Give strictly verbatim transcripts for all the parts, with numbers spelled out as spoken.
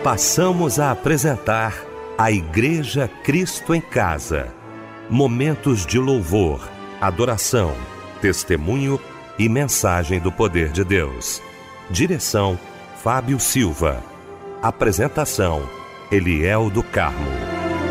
Passamos a apresentar a Igreja Cristo em Casa. Momentos de louvor, adoração, testemunho e mensagem do poder de Deus. Direção, Fábio Silva. Apresentação, Eliel do Carmo.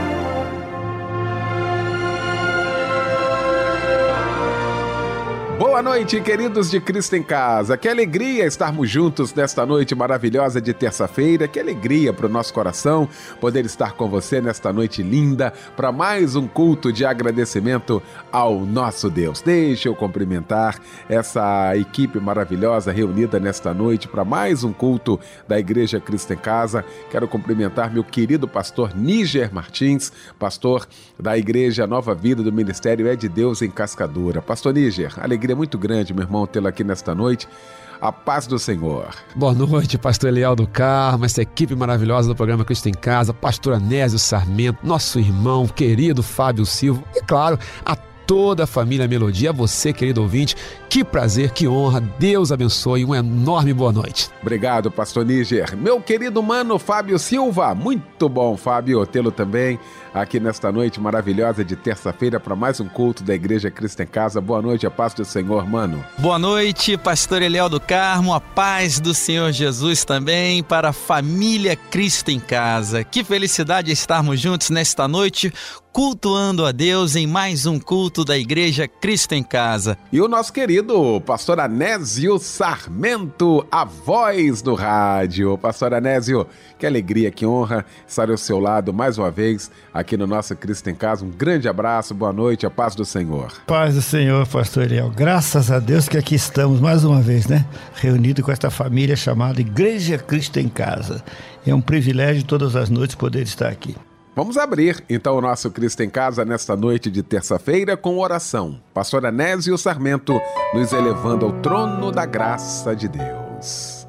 Boa noite, queridos de Cristo em Casa. Que alegria estarmos juntos nesta noite maravilhosa de terça-feira. Que alegria para o nosso coração poder estar com você nesta noite linda para mais um culto de agradecimento ao nosso Deus. Deixa eu cumprimentar essa equipe maravilhosa reunida nesta noite para mais um culto da Igreja Cristo em Casa. Quero cumprimentar meu querido pastor Níger Martins, pastor da Igreja Nova Vida do Ministério É de Deus em Cascadura. Pastor Níger, alegria muito grande, meu irmão, tê-lo aqui nesta noite. A paz do Senhor. Boa noite, pastor Eliel do Carmo, essa equipe maravilhosa do programa Cristo em Casa, pastor Anésio Sarmento, nosso irmão querido Fábio Silva e, claro, a toda a família Melodia, a você, querido ouvinte. Que prazer, que honra, Deus abençoe, uma enorme boa noite. Obrigado, pastor Níger. Meu querido mano Fábio Silva, muito bom, Fábio, tê-lo também aqui nesta noite maravilhosa de terça-feira para mais um culto da Igreja Cristo em Casa. Boa noite, a paz do Senhor, mano. Boa noite, pastor Eliel do Carmo, a paz do Senhor Jesus também para a família Cristo em Casa. Que felicidade estarmos juntos nesta noite, cultuando a Deus em mais um culto da Igreja Cristo em Casa. E o nosso querido pastor Anésio Sarmento, a voz do rádio. Pastor Anésio, que alegria, que honra estar ao seu lado mais uma vez aqui no nosso Cristo em Casa. Um grande abraço, boa noite, a paz do Senhor. Paz do Senhor, pastor Eliel. Graças a Deus que aqui estamos mais uma vez, né? Reunido com esta família chamada Igreja Cristo em Casa. É um privilégio todas as noites poder estar aqui. Vamos abrir, então, o nosso Cristo em Casa nesta noite de terça-feira com oração. Pastor Anésio Sarmento nos elevando ao trono da graça de Deus.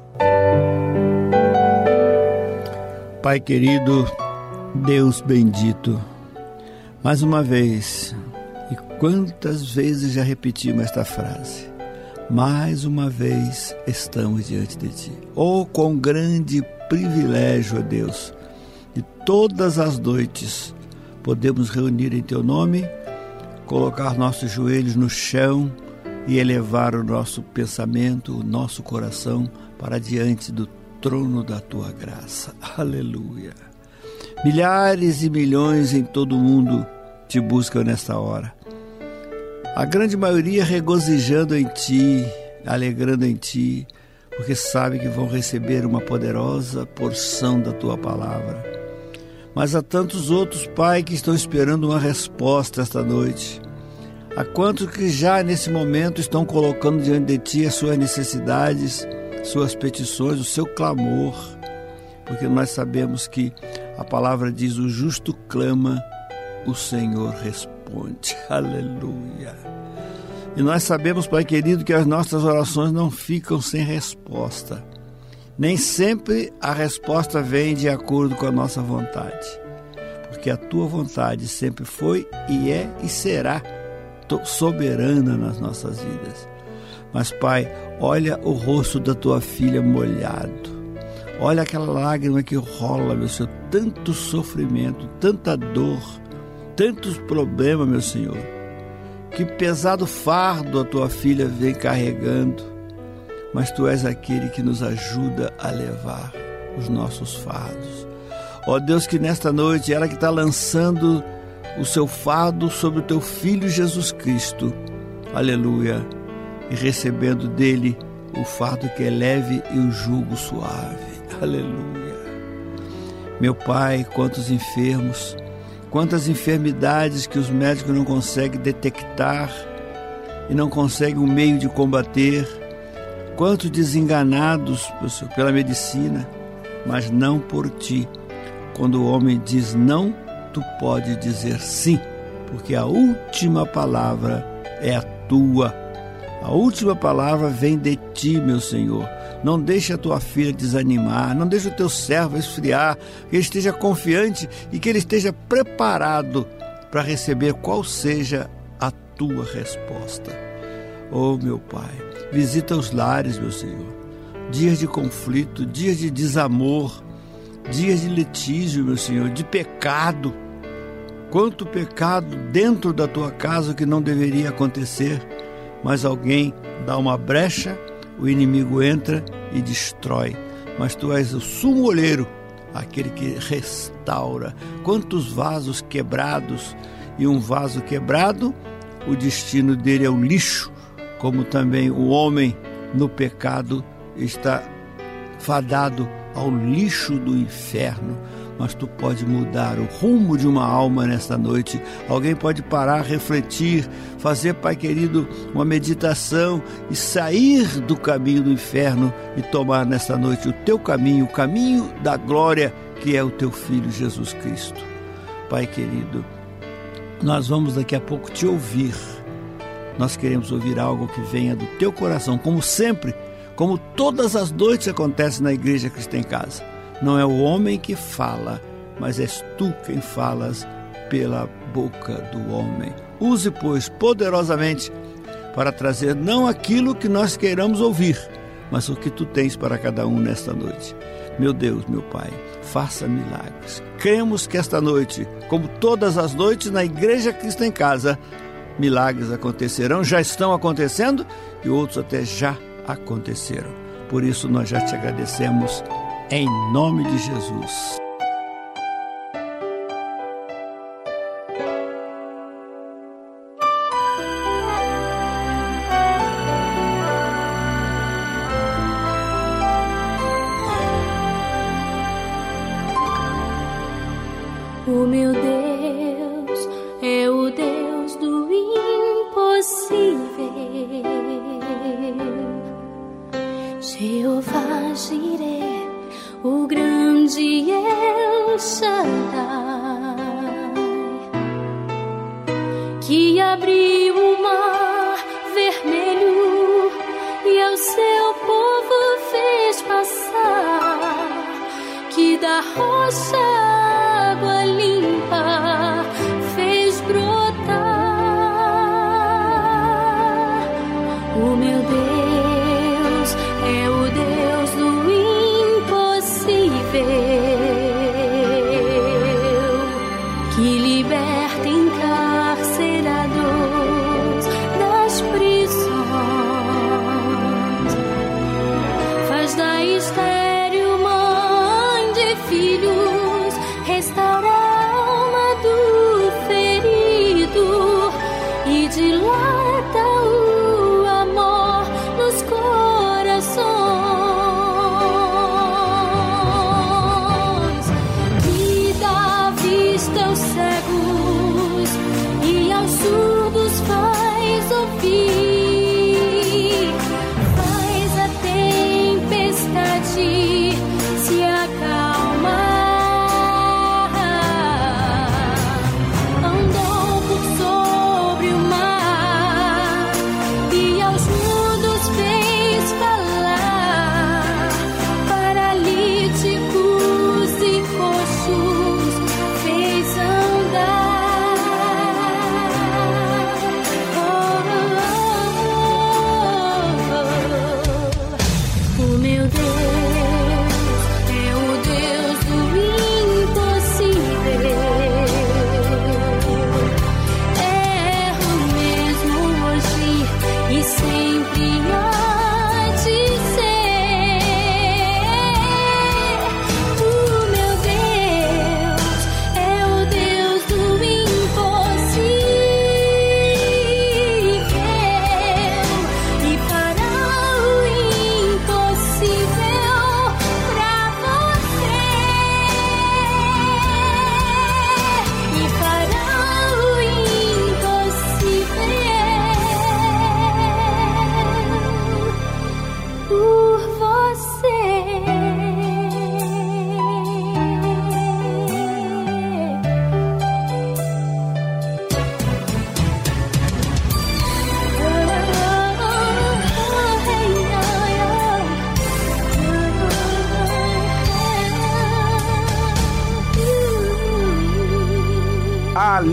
Pai querido, Deus bendito, mais uma vez, e quantas vezes já repetimos esta frase, mais uma vez estamos diante de Ti. Oh, quão grande privilégio, ó Deus, de todas as noites podemos reunir em Teu nome, colocar nossos joelhos no chão e elevar o nosso pensamento, o nosso coração para diante do trono da Tua graça. Aleluia! Milhares e milhões em todo o mundo Te buscam nesta hora. A grande maioria regozijando em Ti, alegrando em Ti, porque sabe que vão receber uma poderosa porção da Tua palavra. Mas há tantos outros, Pai, que estão esperando uma resposta esta noite. Há quantos que já nesse momento estão colocando diante de Ti as suas necessidades, suas petições, o seu clamor, porque nós sabemos que a palavra diz: o justo clama, o Senhor responde. Aleluia! E nós sabemos, Pai querido, que as nossas orações não ficam sem resposta. Nem sempre a resposta vem de acordo com a nossa vontade, porque a Tua vontade sempre foi e é e será soberana nas nossas vidas. Mas, Pai, olha o rosto da Tua filha molhado, olha aquela lágrima que rola, meu Senhor, tanto sofrimento, tanta dor, tantos problemas, meu Senhor, que pesado fardo a Tua filha vem carregando. Mas Tu és aquele que nos ajuda a levar os nossos fardos. Ó Deus, que nesta noite ela que está lançando o seu fardo sobre o Teu Filho Jesus Cristo, aleluia, e recebendo dele o fardo que é leve e o jugo suave, aleluia. Meu Pai, quantos enfermos, quantas enfermidades que os médicos não conseguem detectar e não conseguem um meio de combater. Quantos desenganados, meu Senhor, pela medicina, mas não por Ti. Quando o homem diz não, Tu pode dizer sim, porque a última palavra é a Tua. A última palavra vem de Ti, meu Senhor. Não deixe a Tua filha desanimar, não deixe o Teu servo esfriar, que ele esteja confiante e que ele esteja preparado para receber qual seja a Tua resposta. Oh, meu Pai, visita os lares, meu Senhor. Dias de conflito, dias de desamor, dias de litígio, meu Senhor, de pecado. Quanto pecado dentro da tua casa que não deveria acontecer, mas alguém dá uma brecha, o inimigo entra e destrói. Mas tu és o sumo olheiro, aquele que restaura. Quantos vasos quebrados, e um vaso quebrado, o destino dele é o lixo, como também o homem no pecado está fadado ao lixo do inferno. Mas tu pode mudar o rumo de uma alma nesta noite. Alguém pode parar, refletir, fazer, Pai querido, uma meditação e sair do caminho do inferno e tomar nesta noite o teu caminho, o caminho da glória, que é o teu Filho Jesus Cristo. Pai querido, nós vamos daqui a pouco te ouvir. Nós queremos ouvir algo que venha do teu coração, como sempre, como todas as noites acontece na Igreja Cristã em Casa. Não é o homem que fala, mas és tu quem falas pela boca do homem. Use, pois, poderosamente para trazer não aquilo que nós queiramos ouvir, mas o que tu tens para cada um nesta noite. Meu Deus, meu Pai, faça milagres. Cremos que esta noite, como todas as noites na Igreja Cristã em Casa, milagres acontecerão, já estão acontecendo e outros até já aconteceram. Por isso nós já te agradecemos em nome de Jesus. O meu Deus é o Deus do impossível. Jeová Jireh, o grande El Shaddai, que abriu o mar vermelho e ao seu povo fez passar, que da rocha água limpa fez brotar. O meu Deus é o Deus do impossível.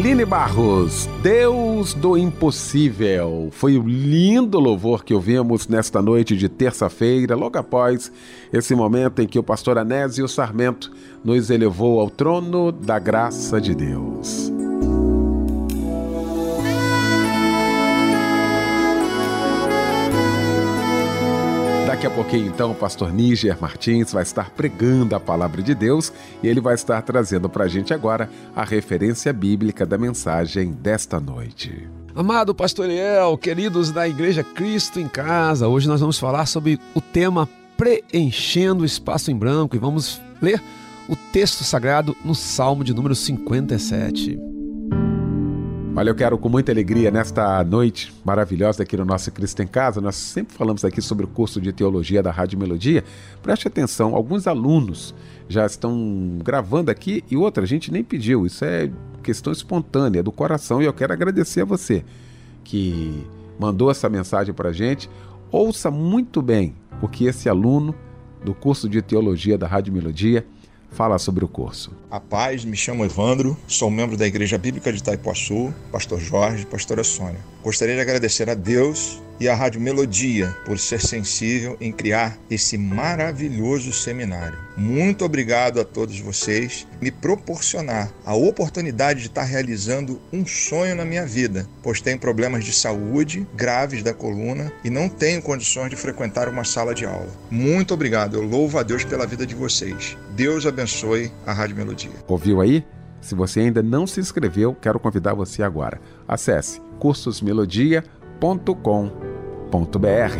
Aline Barros, Deus do Impossível. Foi um lindo louvor que ouvimos nesta noite de terça-feira, logo após esse momento em que o pastor Anésio Sarmento nos elevou ao trono da graça de Deus. Daqui a pouquinho, então, o pastor Níger Martins vai estar pregando a palavra de Deus e ele vai estar trazendo para a gente agora a referência bíblica da mensagem desta noite. Amado pastor Eliel, queridos da Igreja Cristo em Casa, hoje nós vamos falar sobre o tema Preenchendo o Espaço em Branco e vamos ler o texto sagrado no Salmo de número cinquenta e sete. Olha, eu quero com muita alegria nesta noite maravilhosa aqui no nosso Cristo em Casa, nós sempre falamos aqui sobre o curso de teologia da Rádio Melodia. Preste atenção, alguns alunos já estão gravando aqui e outra, a gente nem pediu, isso é questão espontânea do coração e eu quero agradecer a você que mandou essa mensagem para a gente. Ouça muito bem o que esse aluno do curso de teologia da Rádio Melodia fala sobre o curso. A paz, me chamo Evandro, sou membro da Igreja Bíblica de Itaipuaçu, pastor Jorge e pastora Sônia. Gostaria de agradecer a Deus e à Rádio Melodia por ser sensível em criar esse maravilhoso seminário. Muito obrigado a todos vocês por me proporcionar a oportunidade de estar realizando um sonho na minha vida, pois tenho problemas de saúde graves da coluna e não tenho condições de frequentar uma sala de aula. Muito obrigado, eu louvo a Deus pela vida de vocês. Deus abençoe a Rádio Melodia. Ouviu aí? Se você ainda não se inscreveu, quero convidar você agora. Acesse cursos melodia ponto com ponto b r.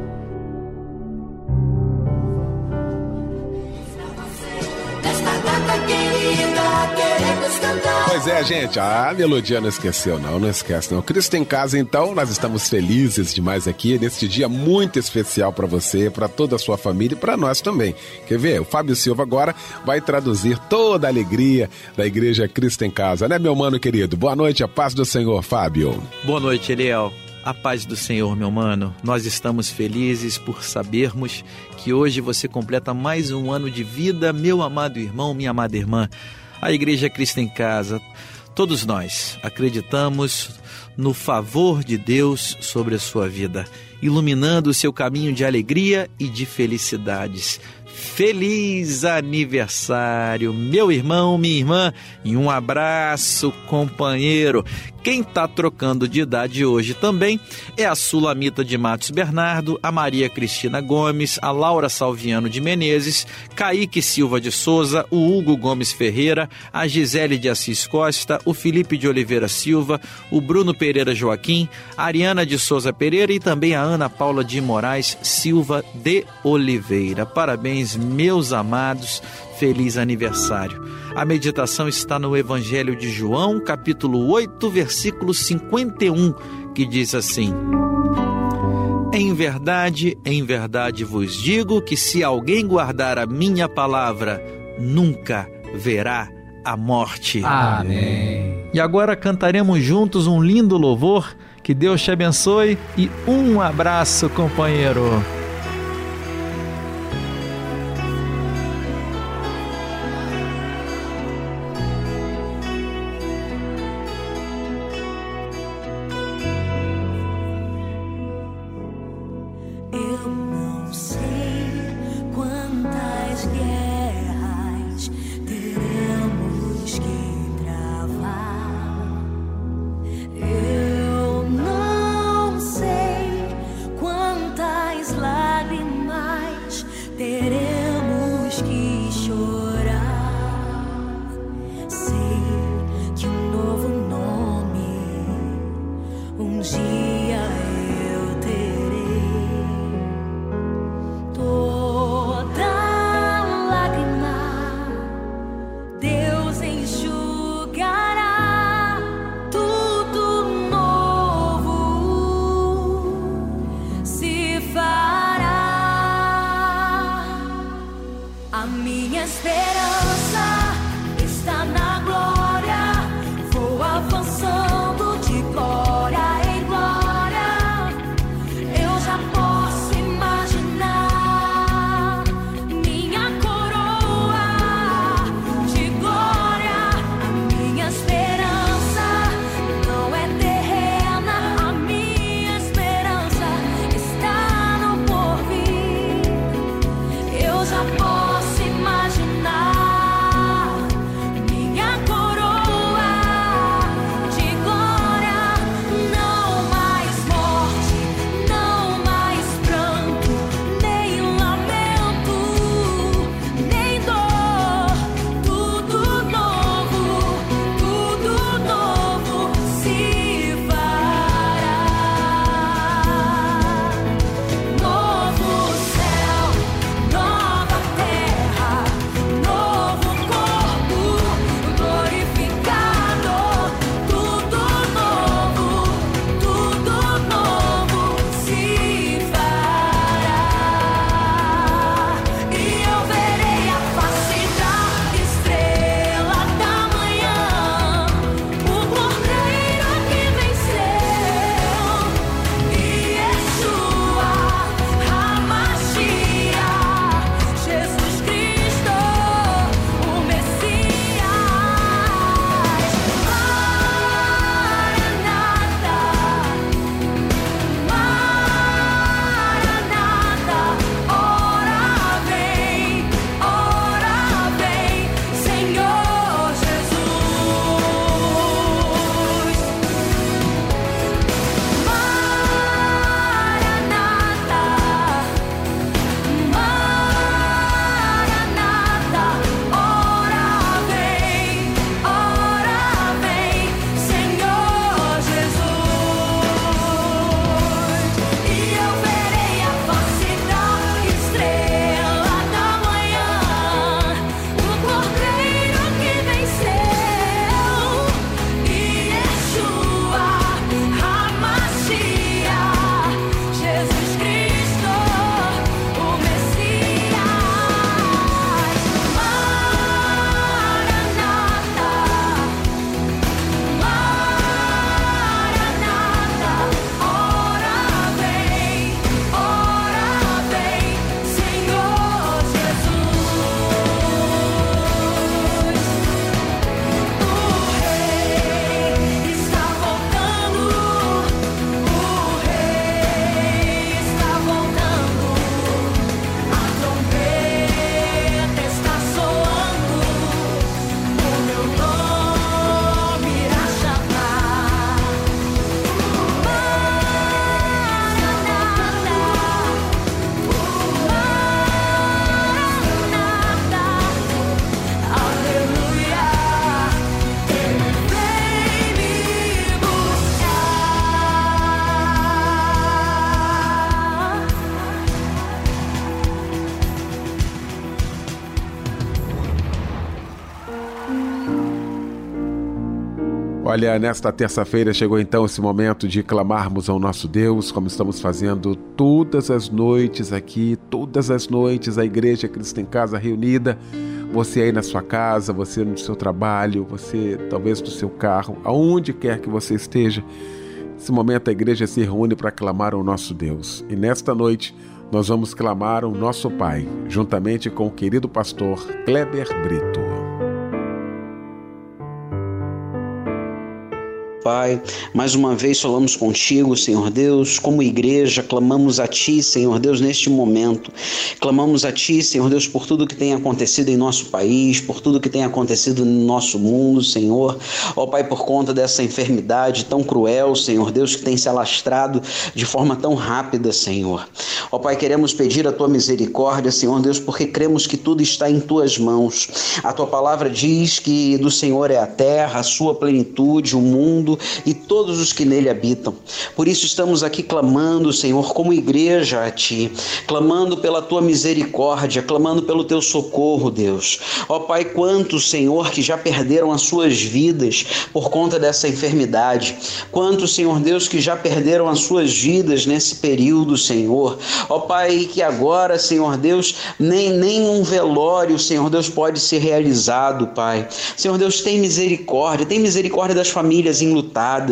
Pois é, gente, a Melodia não esqueceu, não, não esquece não. Cristo em Casa, então, nós estamos felizes demais aqui, neste dia muito especial para você, para toda a sua família e para nós também. Quer ver? O Fábio Silva agora vai traduzir toda a alegria da Igreja Cristo em Casa, né, meu mano querido? Boa noite, a paz do Senhor, Fábio. Boa noite, Eliel. A paz do Senhor, meu mano. Nós estamos felizes por sabermos que hoje você completa mais um ano de vida, meu amado irmão, minha amada irmã. A Igreja Cristo em Casa, todos nós acreditamos no favor de Deus sobre a sua vida, iluminando o seu caminho de alegria e de felicidades. Feliz aniversário, meu irmão, minha irmã, e um abraço, companheiro. Quem está trocando de idade hoje também é a Sulamita de Matos Bernardo, a Maria Cristina Gomes, a Laura Salviano de Menezes, Kaique Silva de Souza, o Hugo Gomes Ferreira, a Gisele de Assis Costa, o Felipe de Oliveira Silva, o Bruno Pereira Joaquim, a Ariana de Souza Pereira e também a Ana Paula de Moraes Silva de Oliveira. Parabéns, meus amados. Feliz aniversário. A meditação está no Evangelho de João, capítulo oito, versículo cinquenta e um, que diz assim: Em verdade, em verdade vos digo que se alguém guardar a minha palavra, nunca verá a morte. Amém. E agora cantaremos juntos um lindo louvor. Que Deus te abençoe e um abraço, companheiro. Um dia eu terei. Olha, nesta terça-feira chegou então esse momento de clamarmos ao nosso Deus, como estamos fazendo todas as noites aqui, todas as noites, a Igreja Cristo em Casa reunida. Você aí na sua casa, você no seu trabalho, você talvez no seu carro, aonde quer que você esteja. Nesse momento a igreja se reúne para clamar ao nosso Deus. E nesta noite nós vamos clamar ao nosso Pai, juntamente com o querido pastor Kleber Brito. Pai, mais uma vez falamos contigo, Senhor Deus, como igreja, clamamos a Ti, Senhor Deus, neste momento. Clamamos a Ti, Senhor Deus, por tudo que tem acontecido em nosso país, por tudo que tem acontecido no nosso mundo, Senhor. Ó Pai, por conta dessa enfermidade tão cruel, Senhor Deus, que tem se alastrado de forma tão rápida, Senhor. Ó Pai, queremos pedir a Tua misericórdia, Senhor Deus, porque cremos que tudo está em Tuas mãos. A Tua palavra diz que do Senhor é a terra, a sua plenitude, o mundo e todos os que nele habitam. Por isso estamos aqui clamando, Senhor, como igreja a Ti, clamando pela Tua misericórdia, clamando pelo Teu socorro, Deus. Ó Pai, quantos, Senhor, que já perderam as suas vidas por conta dessa enfermidade. Quantos, Senhor Deus, que já perderam as suas vidas nesse período, Senhor. Ó Pai, que agora, Senhor Deus, nem, nem um velório, Senhor Deus, pode ser realizado, Pai. Senhor Deus, tem misericórdia, tem misericórdia das famílias enlutadas.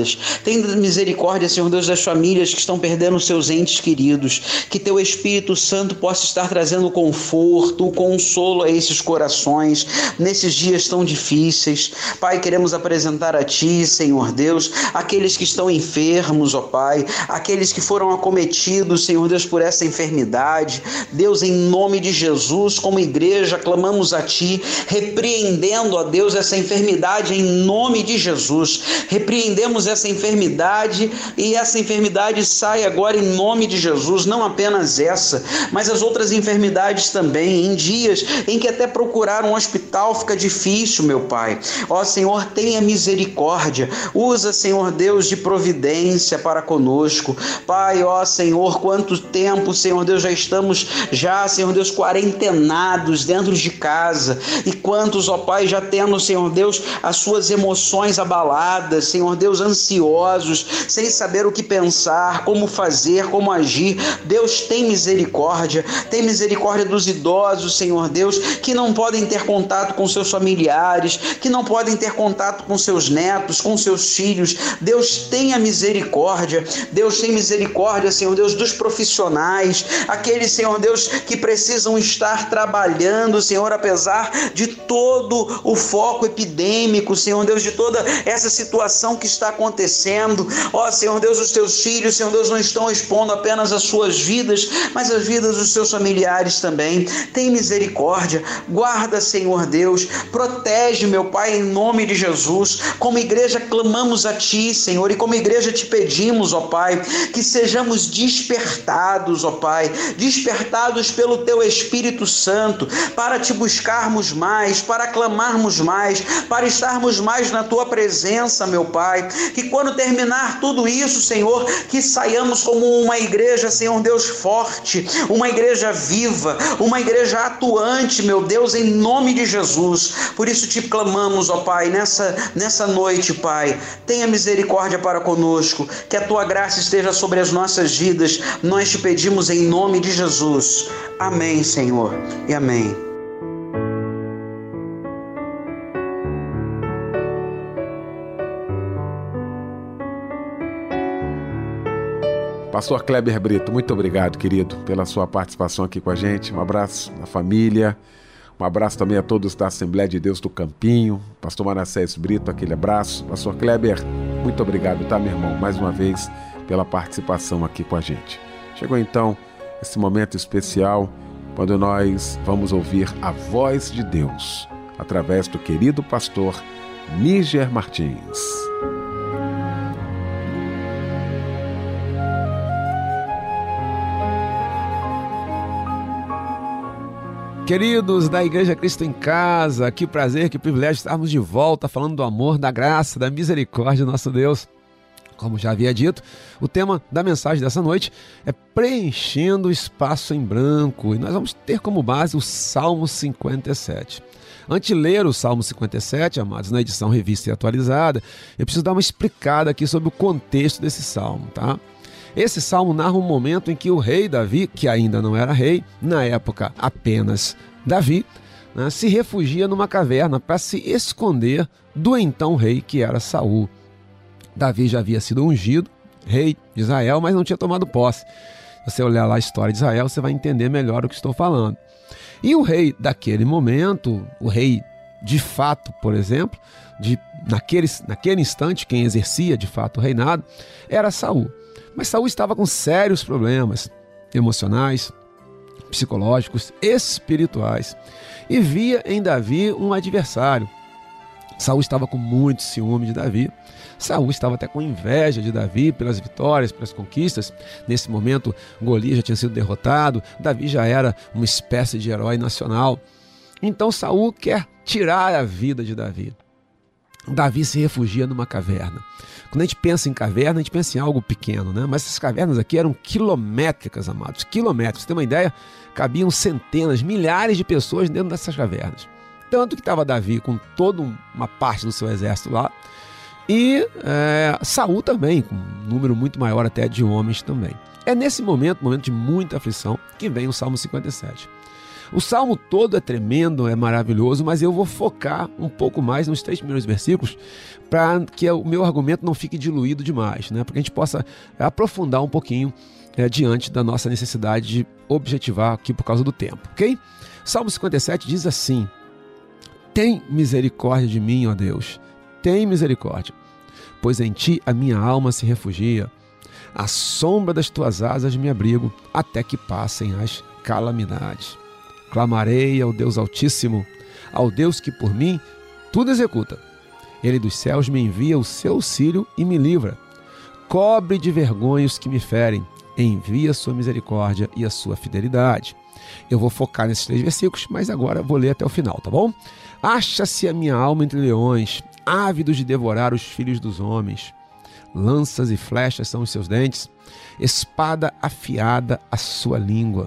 Tem misericórdia, Senhor Deus, das famílias que estão perdendo seus entes queridos. Que Teu Espírito Santo possa estar trazendo conforto, consolo a esses corações nesses dias tão difíceis. Pai, queremos apresentar a Ti, Senhor Deus, aqueles que estão enfermos, ó Pai, aqueles que foram acometidos, Senhor Deus, por essa enfermidade. Deus, em nome de Jesus, como igreja, clamamos a Ti, repreendendo, ó Deus, essa enfermidade em nome de Jesus. Repreendemos essa enfermidade e essa enfermidade sai agora em nome de Jesus, não apenas essa, mas as outras enfermidades também, em dias em que até procurar um hospital fica difícil, meu Pai. Ó Senhor, tenha misericórdia, usa, Senhor Deus, de providência para conosco. Pai, ó Senhor, quanto tempo, Senhor Deus, já estamos já, Senhor Deus, quarentenados dentro de casa, e quantos, ó Pai, já tendo, Senhor Deus, as suas emoções abaladas, Senhor Deus, ansiosos, sem saber o que pensar, como fazer, como agir. Deus, tem misericórdia, tem misericórdia dos idosos, Senhor Deus, que não podem ter contato com seus familiares, que não podem ter contato com seus netos, com seus filhos. Deus, tenha misericórdia. Deus, tem misericórdia, Senhor Deus, dos profissionais, aqueles, Senhor Deus, que precisam estar trabalhando, Senhor, apesar de todo o foco epidêmico, Senhor Deus, de toda essa situação que está acontecendo. Ó Senhor Deus, os Teus filhos, Senhor Deus, não estão expondo apenas as suas vidas, mas as vidas dos seus familiares também. Tem misericórdia, guarda, Senhor Deus, protege, meu Pai, em nome de Jesus. Como igreja clamamos a Ti, Senhor, e como igreja te pedimos, ó Pai, que sejamos despertados, ó Pai, despertados pelo Teu Espírito Santo, para Te buscarmos mais, para clamarmos mais, para estarmos mais na Tua presença, meu Pai. Que quando terminar tudo isso, Senhor, que saiamos como uma igreja, Senhor Deus, forte, uma igreja viva, uma igreja atuante, meu Deus, em nome de Jesus. Por isso te clamamos, ó Pai, nessa, nessa noite, Pai, tenha misericórdia para conosco, que a Tua graça esteja sobre as nossas vidas. Nós te pedimos em nome de Jesus. Amém, Senhor, e amém. Pastor Kleber Brito, muito obrigado, querido, pela sua participação aqui com a gente. Um abraço à família, um abraço também a todos da Assembleia de Deus do Campinho. Pastor Manassés Brito, aquele abraço. Pastor Kleber, muito obrigado, tá, meu irmão, mais uma vez, pela participação aqui com a gente. Chegou então esse momento especial, quando nós vamos ouvir a voz de Deus, através do querido pastor Níger Martins. Queridos da Igreja Cristo em Casa, que prazer, que privilégio estarmos de volta falando do amor, da graça, da misericórdia do nosso Deus. Como já havia dito, o tema da mensagem dessa noite é preenchendo o espaço em branco, e nós vamos ter como base o Salmo cinquenta e sete. Antes de ler o Salmo cinquenta e sete, amados, na edição revista e atualizada, eu preciso dar uma explicada aqui sobre o contexto desse salmo, tá? Esse salmo narra um momento em que o rei Davi, que ainda não era rei, na época apenas Davi, né, se refugia numa caverna para se esconder do então rei, que era Saul. Davi já havia sido ungido rei de Israel, mas não tinha tomado posse. Se você olhar lá a história de Israel, você vai entender melhor o que estou falando. E o rei daquele momento, o rei de fato, por exemplo, de, naquele, naquele instante, quem exercia de fato o reinado, era Saul. Mas Saul estava com sérios problemas emocionais, psicológicos, espirituais, e via em Davi um adversário. Saul estava com muito ciúme de Davi. Saul estava até com inveja de Davi pelas vitórias, pelas conquistas. Nesse momento, Golias já tinha sido derrotado. Davi já era uma espécie de herói nacional. Então Saul quer tirar a vida de Davi. Davi se refugia numa caverna. Quando a gente pensa em caverna, a gente pensa em algo pequeno, né? Mas essas cavernas aqui eram quilométricas, amados. Quilométricos. Você tem uma ideia? Cabiam centenas, milhares de pessoas dentro dessas cavernas. Tanto que estava Davi com toda uma parte do seu exército lá, e é, Saul também, com um número muito maior até de homens também. É nesse momento, momento de muita aflição, que vem o Salmo cinquenta e sete. O Salmo todo é tremendo, é maravilhoso, mas eu vou focar um pouco mais nos três primeiros versículos para que o meu argumento não fique diluído demais, né? Para que a gente possa aprofundar um pouquinho é, diante da nossa necessidade de objetivar aqui por causa do tempo, ok? Salmo cinquenta e sete diz assim: tem misericórdia de mim, ó Deus, tem misericórdia, pois em ti a minha alma se refugia. À sombra das tuas asas me abrigo, até que passem as calamidades. Clamarei ao Deus Altíssimo, ao Deus que por mim tudo executa. Ele dos céus me envia o seu auxílio e me livra. Cobre de vergonha os que me ferem, envia a sua misericórdia e a sua fidelidade. Eu vou focar nesses três versículos, mas agora vou ler até o final, tá bom? Acha-se a minha alma entre leões, ávidos de devorar os filhos dos homens. Lanças e flechas são os seus dentes, espada afiada a sua língua.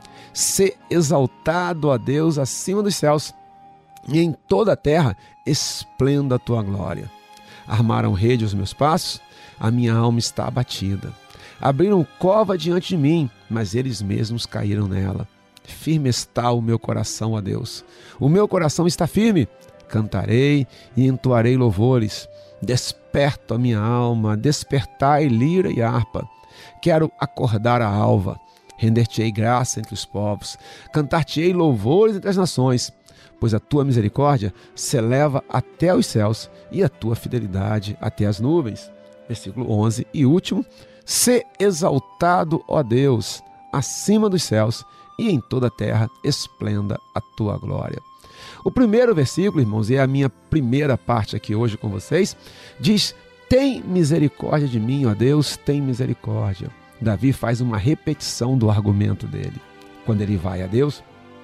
Sê exaltado, ó Deus, acima dos céus, e em toda a terra esplenda a tua glória. Armaram rede aos meus passos, a minha alma está abatida. Abriram cova diante de mim, mas eles mesmos caíram nela. Firme está o meu coração, ó Deus. O meu coração está firme. Cantarei e entoarei louvores. Desperto a minha alma, despertai lira e harpa. Quero acordar a alva. Render-te-ei graça entre os povos. Cantar-te-ei louvores entre as nações. Pois a tua misericórdia se eleva até os céus e a tua fidelidade até as nuvens. Versículo onze e último. Sê exaltado, ó Deus, acima dos céus, e em toda a terra esplenda a tua glória. O primeiro versículo, irmãos, e é a minha primeira parte aqui hoje com vocês, diz: tem misericórdia de mim, ó Deus, tem misericórdia. Davi faz uma repetição do argumento dele. Quando ele vai a Deus,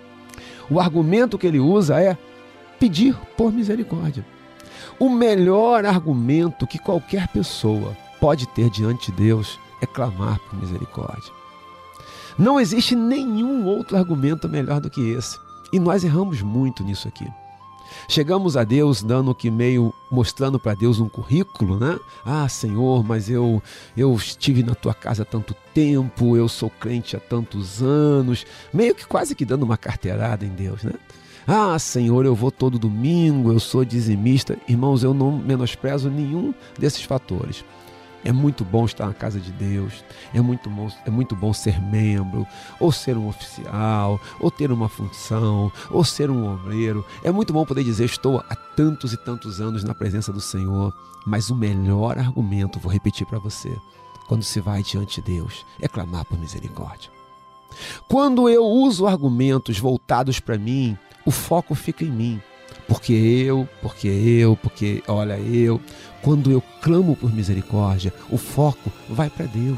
o argumento que ele usa é pedir por misericórdia. O melhor argumento que qualquer pessoa pode ter diante de Deus é clamar por misericórdia. Não existe nenhum outro argumento melhor do que esse. E nós erramos muito nisso aqui. Chegamos a Deus dando que meio, mostrando para Deus um currículo, né? Ah, Senhor, mas eu, eu estive na tua casa há tanto tempo, eu sou crente há tantos anos, meio que quase que dando uma carteirada em Deus, né? Ah, Senhor, eu vou todo domingo, eu sou dizimista. Irmãos, eu não menosprezo nenhum desses fatores. É muito bom estar na casa de Deus, é muito bom, é muito bom ser membro, ou ser um oficial, ou ter uma função, ou ser um obreiro. É muito bom poder dizer: estou há tantos e tantos anos na presença do Senhor. Mas o melhor argumento, vou repetir para você, quando se vai diante de Deus, é clamar por misericórdia. Quando eu uso argumentos voltados para mim, o foco fica em mim. Porque eu, porque eu, porque olha eu. Quando eu clamo por misericórdia, o foco vai para Deus.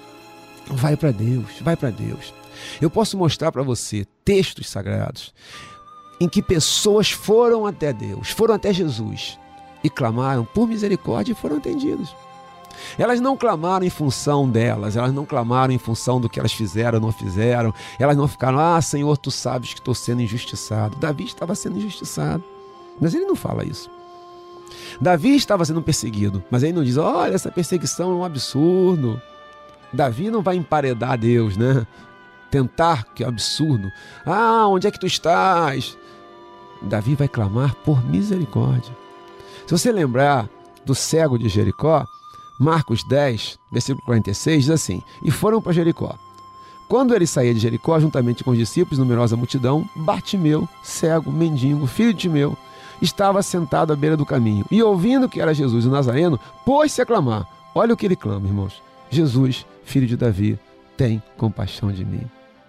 Vai para Deus, vai para Deus. Eu posso mostrar para você textos sagrados em que pessoas foram até Deus, foram até Jesus e clamaram por misericórdia e foram atendidos. Elas não clamaram em função delas, elas não clamaram em função do que elas fizeram ou não fizeram. Elas não ficaram, ah, Senhor, tu sabes que estou sendo injustiçado. Davi estava sendo injustiçado, mas ele não fala isso. Davi estava sendo perseguido, mas ele não diz, olha, essa perseguição é um absurdo. Davi não vai emparedar Deus, né? Tentar, que é um absurdo. Ah, onde é que tu estás? Davi vai clamar por misericórdia. Se você lembrar do cego de Jericó, Marcos dez, versículo quarenta e seis, diz assim, e foram para Jericó. Quando ele saía de Jericó, juntamente com os discípulos, numerosa multidão, Bartimeu, cego, mendigo, filho de Timeu, estava sentado à beira do caminho, e ouvindo que era Jesus o Nazareno, pôs-se a clamar. Olha o que ele clama, irmãos. Jesus, filho de Davi, tem compaixão de mim.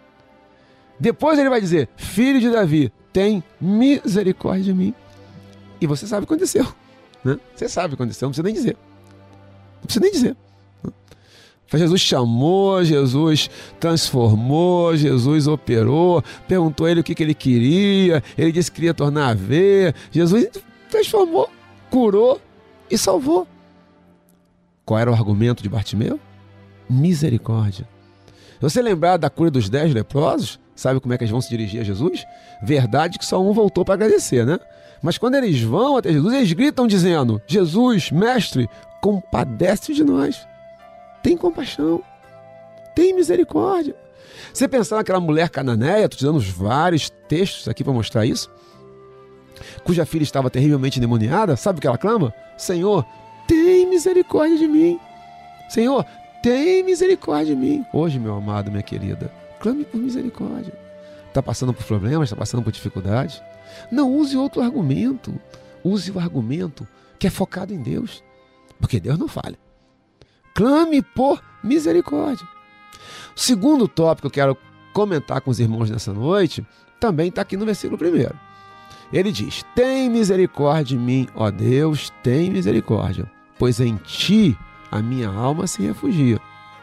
Depois ele vai dizer, filho de Davi, tem misericórdia de mim. E você sabe o que aconteceu, né? Você sabe o que aconteceu, não precisa nem dizer. Não precisa nem dizer. Jesus chamou, Jesus transformou, Jesus operou, perguntou a ele o que, que ele queria, ele disse que queria tornar a ver. Jesus transformou, curou e salvou. Qual era o argumento de Bartimeu? Misericórdia. Se você lembrar da cura dos dez leprosos, sabe como é que eles vão se dirigir a Jesus? Verdade que só um voltou para agradecer, né? Mas quando eles vão até Jesus, eles gritam dizendo, Jesus, mestre, compadece de nós. Tem compaixão. Tem misericórdia. Você pensar naquela mulher cananeia, estou te dando vários textos aqui para mostrar isso, cuja filha estava terrivelmente endemoniada, sabe o que ela clama? Senhor, tem misericórdia de mim. Senhor, tem misericórdia de mim. Hoje, meu amado, minha querida, clame por misericórdia. Está passando por problemas, está passando por dificuldades? Não use outro argumento. Use o argumento que é focado em Deus. Porque Deus não falha. Clame por misericórdia. O segundo tópico que eu quero comentar com os irmãos nessa noite também está aqui no versículo primeiro. Ele diz, tem misericórdia de mim, ó Deus, tem misericórdia, pois em ti a minha alma se refugia.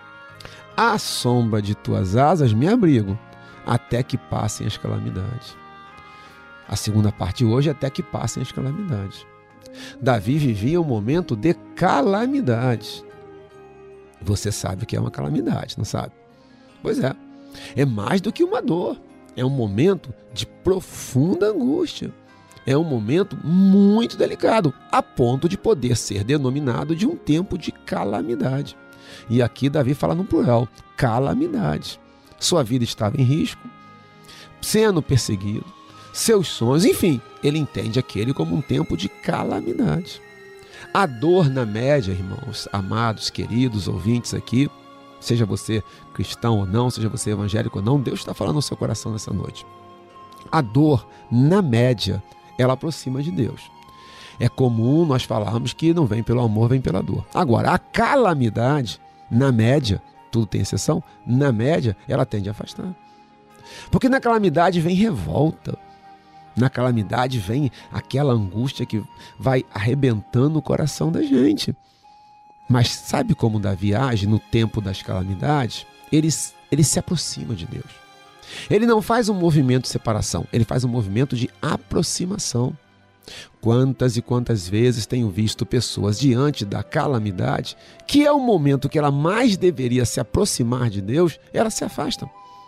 À sombra de tuas asas me abrigo, até que passem as calamidades. A segunda parte hoje é até que passem as calamidades. Davi vivia um momento de calamidade. Você sabe o que é uma calamidade, não sabe? Pois é, é mais do que uma dor. É um momento de profunda angústia. É um momento muito delicado, a ponto de poder ser denominado de um tempo de calamidade. E aqui Davi fala no plural, calamidade. Sua vida estava em risco, sendo perseguido, seus sonhos, enfim, ele entende aquele como um tempo de calamidade. A dor na média, irmãos, amados, queridos, ouvintes aqui, seja você cristão ou não, seja você evangélico ou não, Deus está falando no seu coração nessa noite. A dor, na média, ela aproxima de Deus. É comum nós falarmos que não vem pelo amor, vem pela dor. Agora, a calamidade, na média, tudo tem exceção, na média, ela tende a afastar. Porque na calamidade vem revolta. Na calamidade vem aquela angústia que vai arrebentando o coração da gente. Mas sabe como Davi age no tempo das calamidades? Ele, ele se aproxima de Deus. Ele não faz um movimento de separação, ele faz um movimento de aproximação. Quantas e quantas vezes tenho visto pessoas diante da calamidade, que é o momento que ela mais deveria se aproximar de Deus, elas se afastam.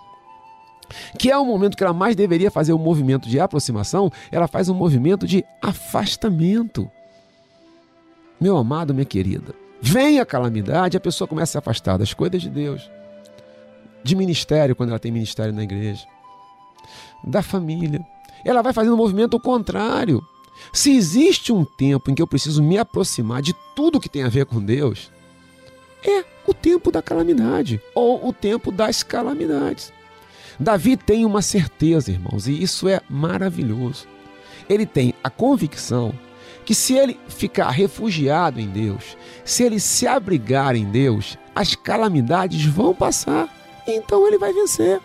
Que é o momento que ela mais deveria fazer um movimento de aproximação, ela faz um movimento de afastamento. Meu amado, minha querida, vem a calamidade, a pessoa começa a se afastar das coisas de Deus, de ministério, quando ela tem ministério na igreja, da família. Ela vai fazendo um movimento contrário. Se existe um tempo em que eu preciso me aproximar de tudo que tem a ver com Deus, é o tempo da calamidade, ou o tempo das calamidades. Davi tem uma certeza, irmãos, e isso é maravilhoso. Ele tem a convicção que se ele ficar refugiado em Deus, se ele se abrigar em Deus, as calamidades vão passar, então ele vai vencer.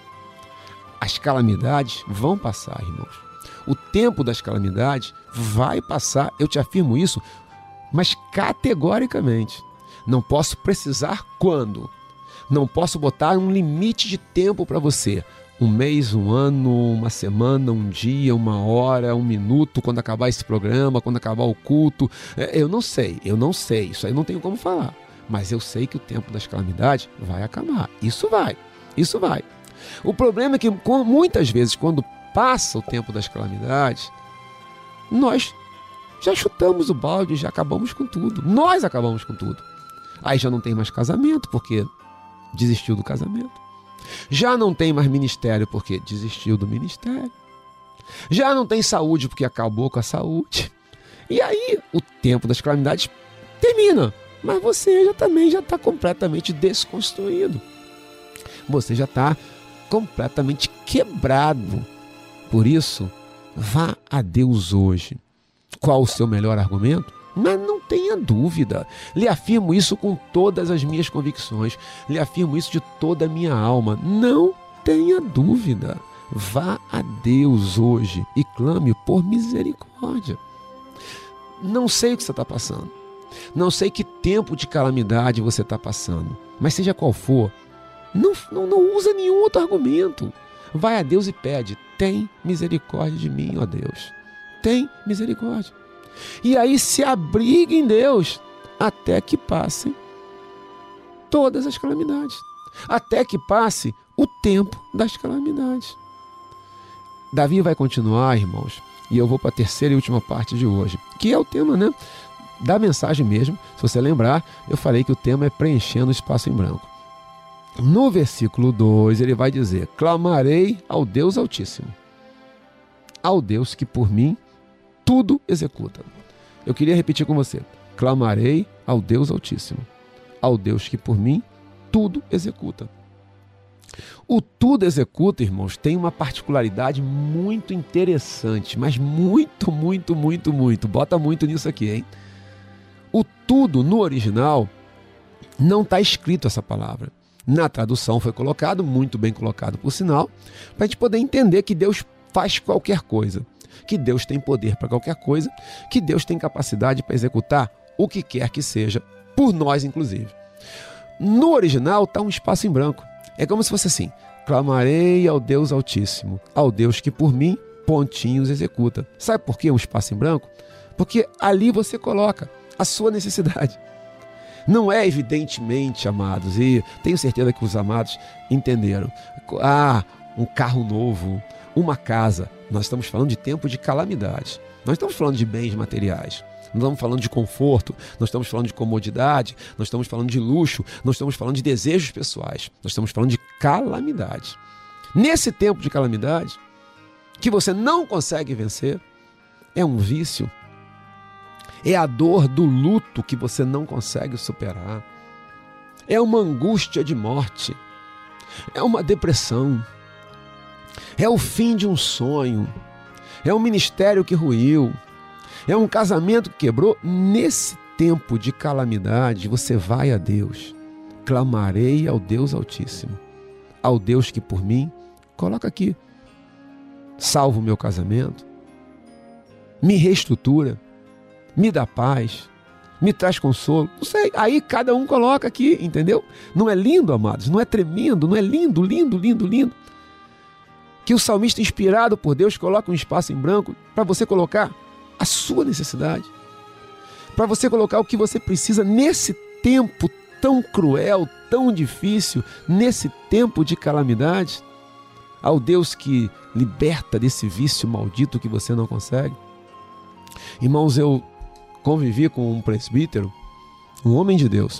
As calamidades vão passar, irmãos. O tempo das calamidades vai passar, eu te afirmo isso, mas categoricamente. Não posso precisar quando? Não posso botar um limite de tempo para você. Um mês, um ano, uma semana, um dia, uma hora, um minuto, quando acabar esse programa, quando acabar o culto. Eu não sei, eu não sei, isso aí não tenho como falar. mas eu sei que o tempo das calamidades vai acabar. Isso vai, isso vai. O problema é que muitas vezes, quando passa o tempo das calamidades, nós já chutamos o balde, já acabamos com tudo. Nós acabamos com tudo. Aí já não tem mais casamento, porque desistiu do casamento. Já não tem mais ministério, porque desistiu do ministério. Já não tem saúde, porque acabou com a saúde. E aí o tempo das calamidades termina. Mas você já também já está completamente desconstruído. Você já está completamente quebrado. Por isso, vá a Deus hoje. Qual o seu melhor argumento? Mas não tenha dúvida. Lhe afirmo isso com todas as minhas convicções. Lhe afirmo isso de toda a minha alma. Não tenha dúvida. Vá a Deus hoje e clame por misericórdia. Não sei o que você está passando. Não sei que tempo de calamidade você está passando. Mas seja qual for, não, não, não usa nenhum outro argumento. Vai a Deus e pede: tem misericórdia de mim, ó Deus. Tem misericórdia. E aí se abrigue em Deus até que passem todas as calamidades. Até que passe o tempo das calamidades. Davi vai continuar, irmãos, e eu vou para a terceira e última parte de hoje, que é o tema, né, da mensagem mesmo. Se você lembrar, eu falei que o tema é preenchendo o espaço em branco. No versículo dois, ele vai dizer: clamarei ao Deus Altíssimo, ao Deus que por mim tudo executa. Eu queria repetir com você: clamarei ao Deus Altíssimo, ao Deus que por mim tudo executa. O tudo executa, irmãos, tem uma particularidade muito interessante, mas muito, muito, muito, muito. Bota muito nisso aqui, hein? O tudo, no original, não está escrito essa palavra. Na tradução foi colocado, muito bem colocado por sinal, para a gente poder entender que Deus faz qualquer coisa, que Deus tem poder para qualquer coisa, que Deus tem capacidade para executar o que quer que seja, por nós inclusive. No original está um espaço em branco. É como se fosse assim: clamarei ao Deus Altíssimo, ao Deus que por mim pontinhos executa. Sabe por que um espaço em branco? Porque ali você coloca a sua necessidade. Não é evidentemente, amados, e tenho certeza que os amados entenderam. Ah, um carro novo, uma casa. Nós estamos falando de tempo de calamidade. Nós estamos falando de bens materiais. Nós estamos falando de conforto, nós estamos falando de comodidade, nós estamos falando de luxo, nós estamos falando de desejos pessoais, nós estamos falando de calamidade. Nesse tempo de calamidade, que você não consegue vencer, é um vício, é a dor do luto que você não consegue superar, é uma angústia de morte, é uma depressão, é o fim de um sonho, é um ministério que ruiu, é um casamento que quebrou. Nesse tempo de calamidade, você vai a Deus. Clamarei ao Deus Altíssimo, ao Deus que por mim, coloca aqui, salva o meu casamento, me reestrutura, me dá paz, me traz consolo. Não sei, aí cada um coloca aqui, entendeu? Não é lindo, amados? Não é tremendo? Não é lindo, lindo, lindo, lindo? Que o salmista, inspirado por Deus, coloca um espaço em branco para você colocar a sua necessidade, para você colocar o que você precisa nesse tempo tão cruel, tão difícil, nesse tempo de calamidade, ao Deus que liberta desse vício maldito que você não consegue. Irmãos, eu convivi com um presbítero, um homem de Deus,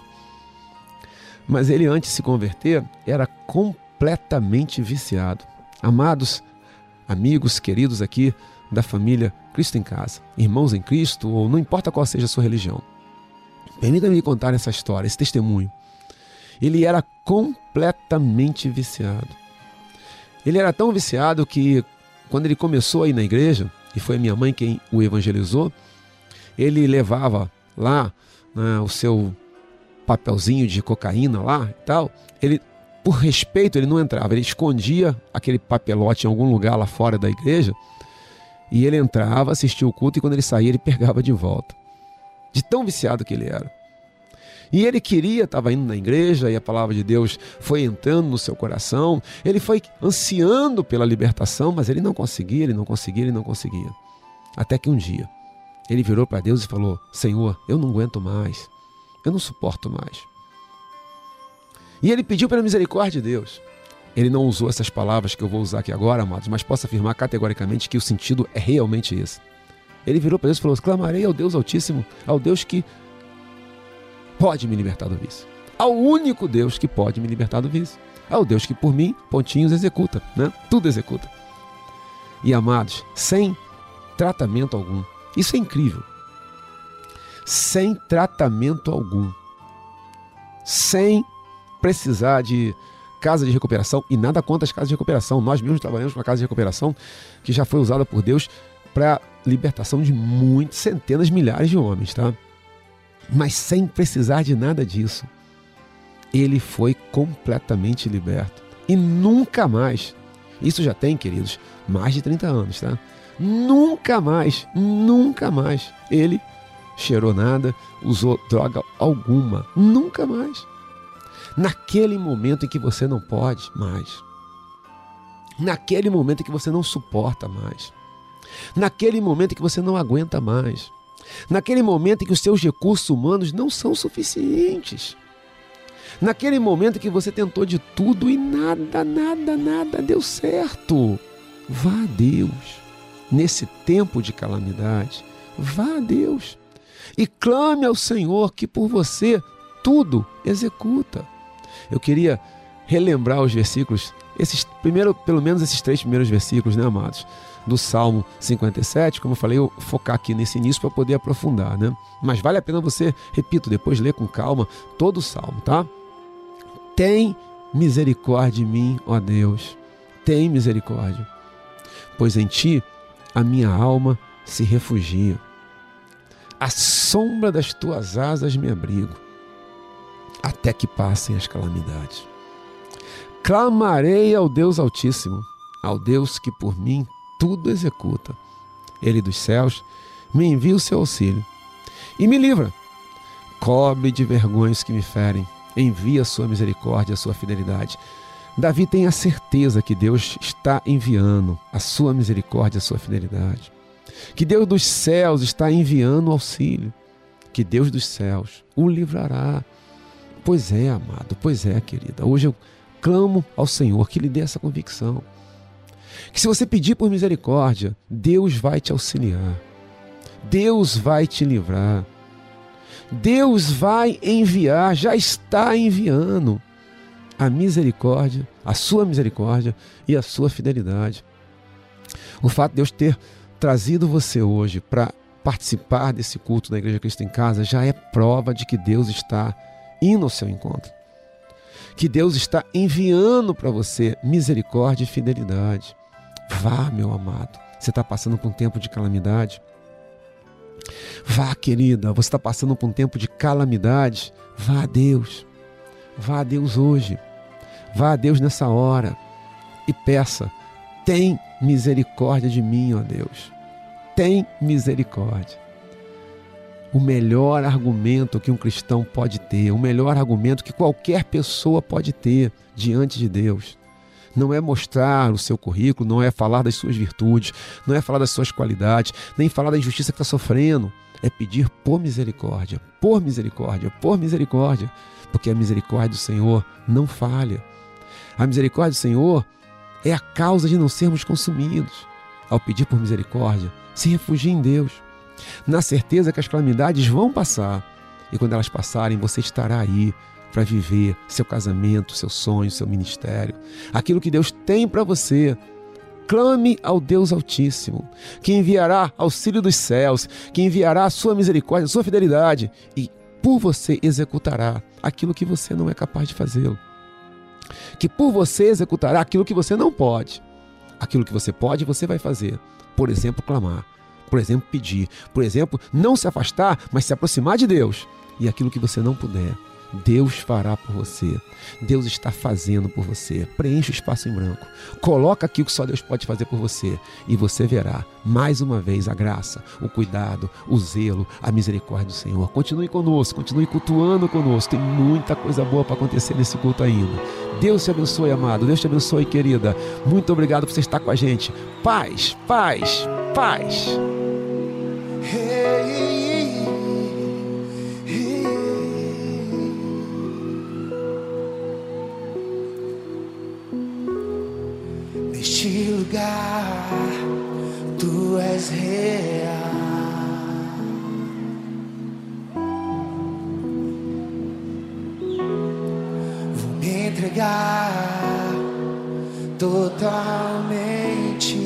mas ele, antes de se converter, era completamente viciado. Amados, amigos, queridos aqui da família Cristo em Casa, irmãos em Cristo, ou não importa qual seja a sua religião, permita-me contar essa história, esse testemunho. Ele era completamente viciado. Ele era tão viciado que, quando ele começou a ir na igreja, e foi a minha mãe quem o evangelizou, ele levava lá, né, o seu papelzinho de cocaína lá e tal. Ele, por respeito, ele não entrava, ele escondia aquele papelote em algum lugar lá fora da igreja, e ele entrava, assistia o culto, e quando ele saía, ele pegava de volta. De tão viciado que ele era. E ele queria, estava indo na igreja, e a palavra de Deus foi entrando no seu coração. Ele foi ansiando pela libertação, mas ele não conseguia, ele não conseguia, ele não conseguia. Até que um dia, ele virou para Deus e falou: Senhor, eu não aguento mais, eu não suporto mais. E ele pediu pela misericórdia de Deus. Ele não usou essas palavras que eu vou usar aqui agora, amados, mas posso afirmar categoricamente que o sentido é realmente esse. Ele virou para Deus e falou: clamarei ao Deus Altíssimo, ao Deus que pode me libertar do vício. Ao único Deus que pode me libertar do vício. Ao Deus que por mim, pontinhos, executa, né? Tudo executa. E amados, sem tratamento algum. Isso é incrível. Sem tratamento algum. Sem precisar de casa de recuperação, e nada contra as casas de recuperação. Nós mesmos trabalhamos com uma casa de recuperação que já foi usada por Deus para libertação de muitas, centenas, milhares de homens, tá? Mas sem precisar de nada disso, ele foi completamente liberto. E nunca mais, isso já tem, queridos, mais de trinta anos, tá? Nunca mais, nunca mais ele cheirou nada, usou droga alguma, nunca mais. Naquele momento em que você não pode mais, naquele momento em que você não suporta mais, naquele momento em que você não aguenta mais, naquele momento em que os seus recursos humanos não são suficientes, naquele momento em que você tentou de tudo e nada, nada, nada deu certo, vá a Deus. Nesse tempo de calamidade, vá a Deus e clame ao Senhor que por você tudo executa. Eu queria relembrar os versículos, esses primeiro, pelo menos esses três primeiros versículos, né, amados? Do Salmo cinquenta e sete, como eu falei, eu focar aqui nesse início para poder aprofundar, né? Mas vale a pena você, repito, depois ler com calma todo o Salmo, tá? Tem misericórdia de mim, ó Deus, tem misericórdia, pois em Ti a minha alma se refugia. À sombra das Tuas asas me abrigo, até que passem as calamidades. Clamarei ao Deus Altíssimo, ao Deus que por mim tudo executa. Ele dos céus me envia o seu auxílio e me livra. Cobre de vergonhas que me ferem, envia a sua misericórdia, a sua fidelidade. Davi tem a certeza que Deus está enviando a sua misericórdia, a sua fidelidade. Que Deus dos céus está enviando auxílio. Que Deus dos céus o livrará. Pois é, amado, pois é, querida. Hoje eu clamo ao Senhor que lhe dê essa convicção. Que se você pedir por misericórdia, Deus vai te auxiliar. Deus vai te livrar. Deus vai enviar, já está enviando a misericórdia, a sua misericórdia e a sua fidelidade. O fato de Deus ter trazido você hoje para participar desse culto da Igreja Cristo em Casa já é prova de que Deus está indo ao seu encontro. Que Deus está enviando para você misericórdia e fidelidade. Vá, meu amado. Você está passando por um tempo de calamidade? Vá, querida. Você está passando por um tempo de calamidade? Vá a Deus. Vá a Deus hoje. Vá a Deus nessa hora e peça: tem misericórdia de mim, ó Deus. Tem misericórdia. O melhor argumento que um cristão pode ter, o melhor argumento que qualquer pessoa pode ter diante de Deus, não é mostrar o seu currículo, não é falar das suas virtudes, não é falar das suas qualidades, nem falar da injustiça que está sofrendo. É pedir por misericórdia, por misericórdia, por misericórdia, porque a misericórdia do Senhor não falha. A misericórdia do Senhor é a causa de não sermos consumidos. Ao pedir por misericórdia, se refugie em Deus, na certeza que as calamidades vão passar, e quando elas passarem, você estará aí para viver seu casamento, seu sonho, seu ministério, aquilo que Deus tem para você. Clame ao Deus Altíssimo, que enviará auxílio dos céus, que enviará a sua misericórdia, a sua fidelidade, e por você executará aquilo que você não é capaz de fazê-lo. Que por você executará aquilo que você não pode. Aquilo que você pode, você vai fazer. Por exemplo, clamar. Por exemplo, pedir. Por exemplo, não se afastar, mas se aproximar de Deus. E aquilo que você não puder, Deus fará por você. Deus está fazendo por você. Preencha o espaço em branco. Coloca aquilo que só Deus pode fazer por você. E você verá, mais uma vez, a graça, o cuidado, o zelo, a misericórdia do Senhor. Continue conosco, continue cultuando conosco. Tem muita coisa boa para acontecer nesse culto ainda. Deus te abençoe, amado. Deus te abençoe, querida. Muito obrigado por você estar com a gente. Paz, paz, paz. Hey, hey. Neste lugar, tu és real. Vou me entregar totalmente.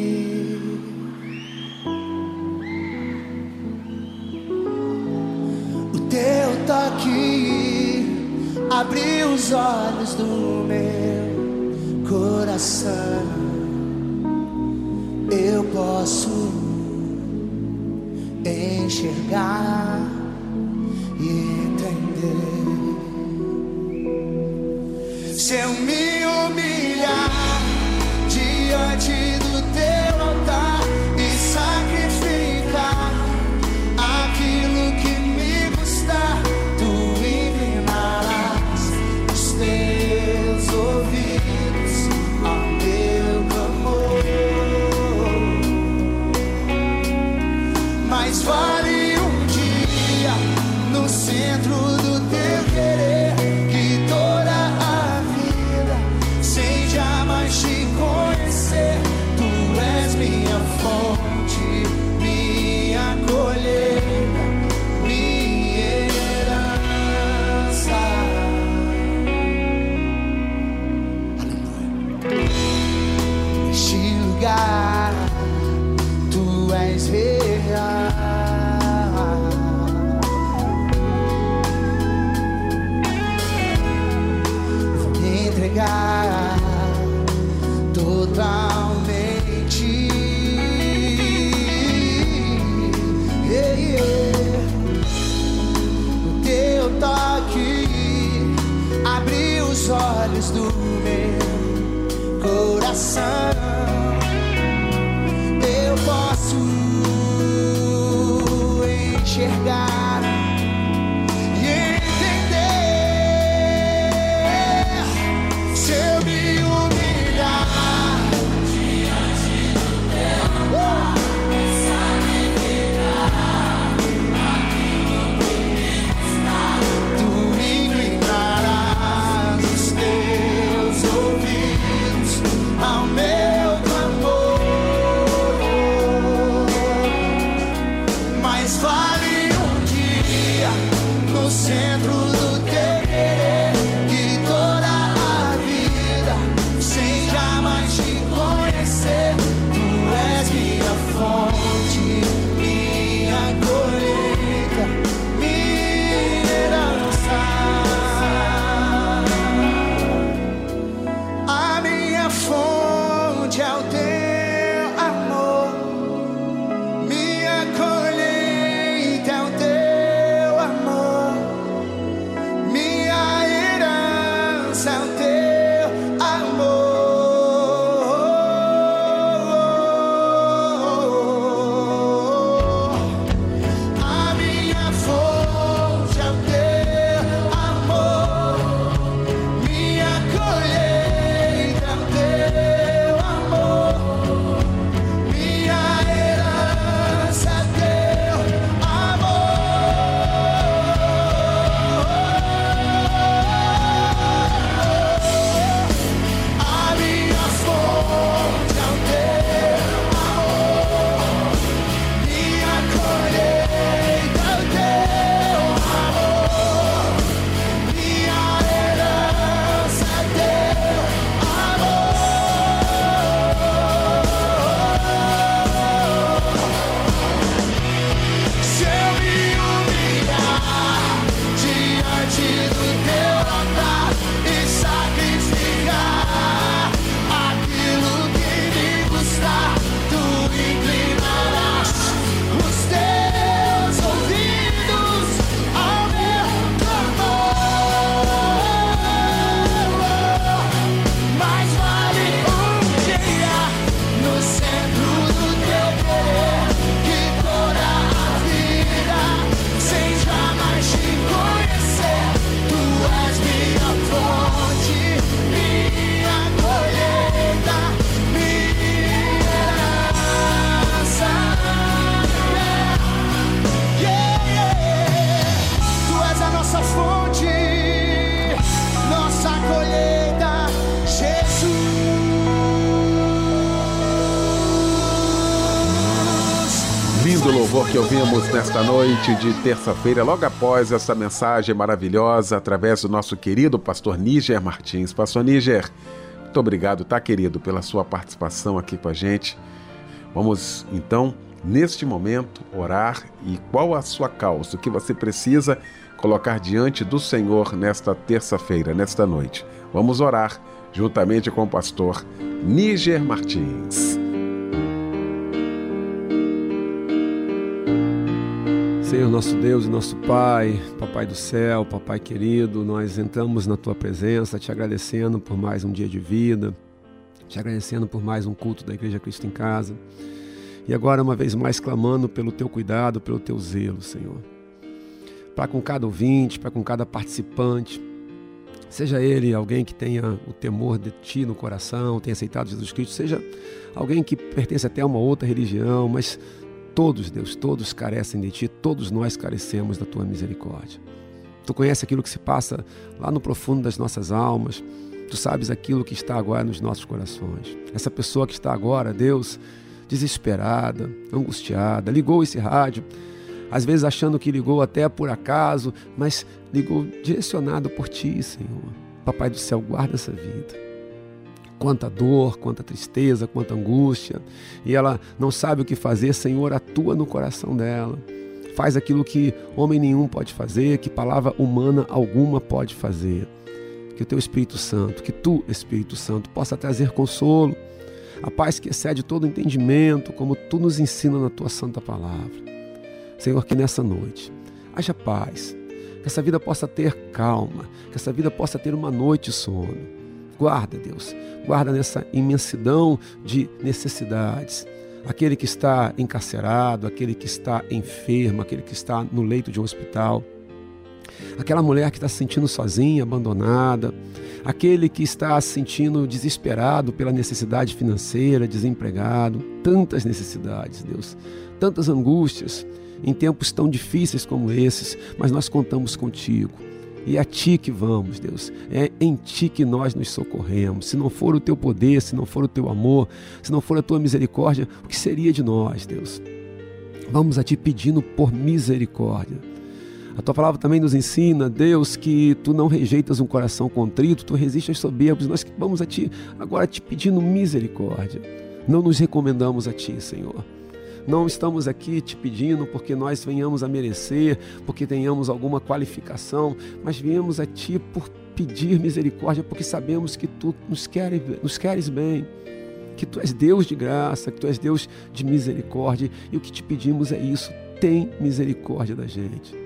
O teu toque abriu os olhos do meu coração. Eu posso enxergar e entender. Se eu me humilhar diante do teu altar e sacrificar aquilo que me custar, tu inclinarás os teus ouvidos ao meu clamor. Mas vale um dia no centro do teu querer, que toda a vida sem jamais te conhecer. Tu és minha fonte, minha colheita, minha herança. Aleluia. Neste lugar tu és real. Vou me entregar totalmente. Yeah, yeah. O teu toque abriu os olhos do meu coração. Eu posso enxergar e entender. Se eu me humilhar diante do teu altar e sacrificar aquilo que me custar, tu inclinarás os teus ouvidos ao meu clamor. Mas vale um dia no centro do teu querer, que toda a vida sem jamais te conhecer. Tu és minha fonte, minha colheita, minha herança. A minha fonte é o teu amor, minha colheita é o teu amor, minha herança é o teu amor. louvor que ouvimos nesta noite de terça-feira, logo após essa mensagem maravilhosa, através do nosso querido pastor Níger Martins. Pastor Níger, muito obrigado, tá, querido, pela sua participação aqui com a gente. Vamos, então, neste momento, orar. E qual a sua causa, o que você precisa colocar diante do Senhor nesta terça-feira, nesta noite? Vamos orar juntamente com o pastor Níger Martins. Senhor, nosso Deus e nosso Pai, Papai do céu, Papai querido, nós entramos na Tua presença te agradecendo por mais um dia de vida, te agradecendo por mais um culto da Igreja Cristo em Casa, e agora uma vez mais clamando pelo Teu cuidado, pelo Teu zelo, Senhor, para com cada ouvinte, para com cada participante, seja ele alguém que tenha o temor de Ti no coração, tenha aceitado Jesus Cristo, seja alguém que pertence até a uma outra religião, mas todos, Deus, todos carecem de Ti, todos nós carecemos da Tua misericórdia. Tu conheces aquilo que se passa lá no profundo das nossas almas, Tu sabes aquilo que está agora nos nossos corações. Essa pessoa que está agora, Deus, desesperada, angustiada, ligou esse rádio, às vezes achando que ligou até por acaso, mas ligou direcionado por Ti, Senhor. Papai do céu, guarda essa vida. Quanta dor, quanta tristeza, quanta angústia, e ela não sabe o que fazer. Senhor, atua no coração dela, faz aquilo que homem nenhum pode fazer, que palavra humana alguma pode fazer. Que o Teu Espírito Santo, que Tu, Espírito Santo, possa trazer consolo, a paz que excede todo entendimento, como Tu nos ensina na Tua santa palavra. Senhor, que nessa noite haja paz, que essa vida possa ter calma, que essa vida possa ter uma noite de sono. Guarda, Deus, guarda nessa imensidão de necessidades. Aquele que está encarcerado, aquele que está enfermo, aquele que está no leito de um hospital, aquela mulher que está se sentindo sozinha, abandonada, aquele que está se sentindo desesperado pela necessidade financeira, desempregado, tantas necessidades, Deus, tantas angústias em tempos tão difíceis como esses, mas nós contamos contigo. E é a Ti que vamos, Deus. É em Ti que nós nos socorremos. Se não for o Teu poder, se não for o Teu amor, se não for a Tua misericórdia, o que seria de nós, Deus? Vamos a Ti pedindo por misericórdia. A Tua palavra também nos ensina, Deus, que Tu não rejeitas um coração contrito, Tu resistes aos soberbos. Nós vamos a Ti agora Te pedindo misericórdia. Não nos recomendamos a Ti, Senhor. Não estamos aqui Te pedindo porque nós venhamos a merecer, porque tenhamos alguma qualificação, mas viemos a Ti por pedir misericórdia, porque sabemos que Tu nos queres, nos queres bem, que Tu és Deus de graça, que Tu és Deus de misericórdia, e o que Te pedimos é isso: tem misericórdia da gente.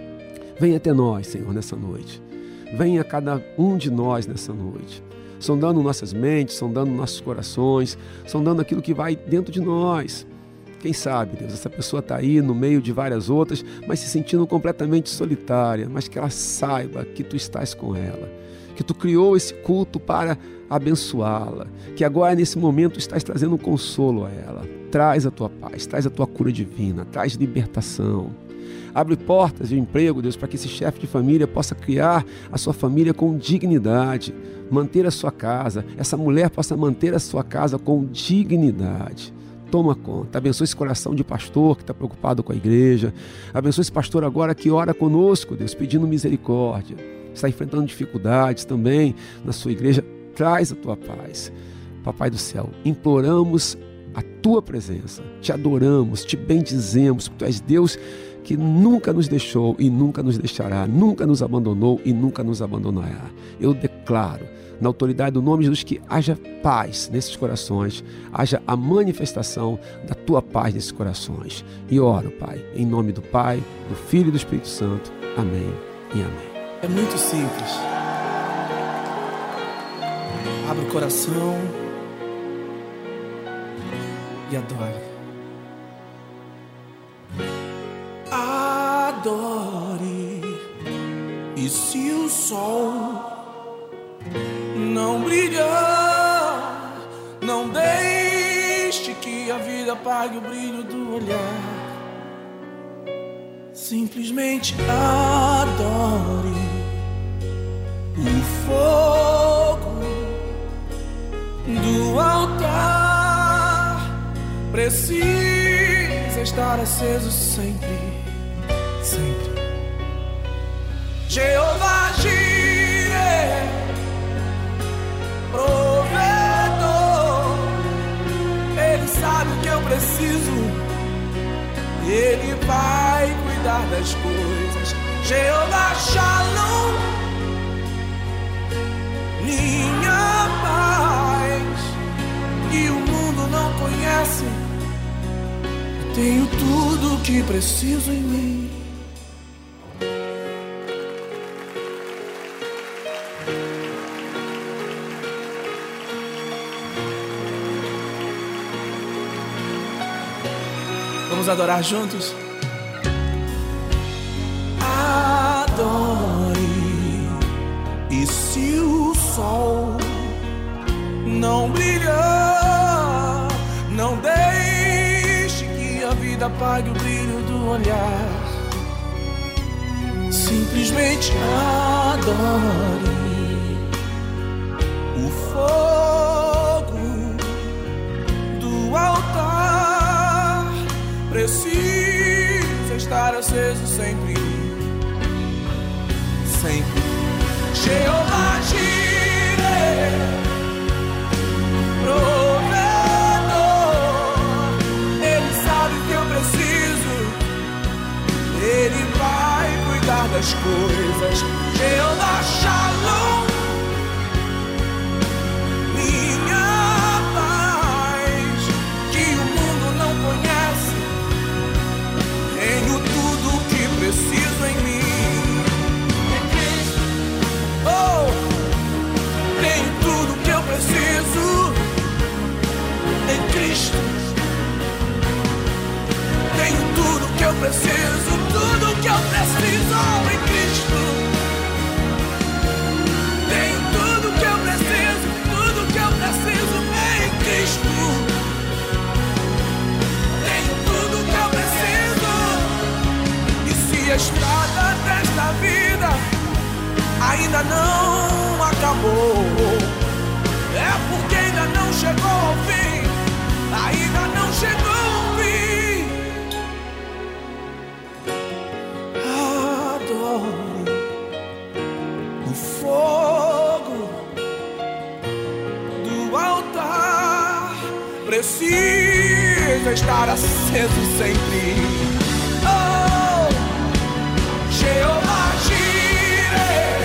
Venha até nós, Senhor, nessa noite. Venha a cada um de nós nessa noite, sondando nossas mentes, sondando nossos corações, sondando aquilo que vai dentro de nós. Quem sabe, Deus, essa pessoa está aí no meio de várias outras, mas se sentindo completamente solitária, mas que ela saiba que Tu estás com ela, que Tu criou esse culto para abençoá-la, que agora nesse momento estás trazendo um consolo a ela. Traz a Tua paz, traz a Tua cura divina, traz libertação. Abre portas de emprego, Deus, para que esse chefe de família possa criar a sua família com dignidade, manter a sua casa, essa mulher possa manter a sua casa com dignidade. Toma conta, abençoa esse coração de pastor que está preocupado com a igreja, abençoa esse pastor agora que ora conosco, Deus, pedindo misericórdia, está enfrentando dificuldades também na sua igreja. Traz a Tua paz. Papai do céu, imploramos a Tua presença, Te adoramos, Te bendizemos, porque Tu és Deus que nunca nos deixou e nunca nos deixará, nunca nos abandonou e nunca nos abandonará. Eu declaro, na autoridade do nome de Jesus, que haja paz nesses corações, haja a manifestação da Tua paz nesses corações. E oro, Pai, em nome do Pai, do Filho e do Espírito Santo. Amém e amém. É muito simples. Abra o coração e adore. Adore. E se o sol não brilhar, não deixe que a vida apague o brilho do olhar. Simplesmente adore. O fogo do altar precisa precisa estar aceso sempre, sempre. Jeová Jireh, provedor, Ele sabe o que eu preciso, Ele vai cuidar das coisas. Jeová Shalom, minha paz, que o mundo não conhece, eu tenho tudo o que preciso em mim. Vamos adorar juntos? Adore. E se o sol não brilhar, não deixe que a vida apague o brilho do olhar. Simplesmente adore. O fogo do altar precisa estar aceso sempre, sempre. Jeová Jireh, provedor, Ele sabe o que eu preciso, Ele vai cuidar das coisas. Jeová Shalom, minha paz, que o mundo não conhece, tenho tudo o que preciso em mim. Oh, tenho tudo que eu preciso em Cristo. Tenho tudo que eu preciso, tudo que eu preciso em Cristo. Tenho tudo que eu preciso, tudo que eu preciso em Cristo. Tenho tudo que eu preciso. E se a estrada desta vida ainda não acabou, é porque ainda não chegou ao fim, ainda não chegou ao fim. Adore. O fogo do altar precisa estar aceso sempre. Oh, Jeová Jireh,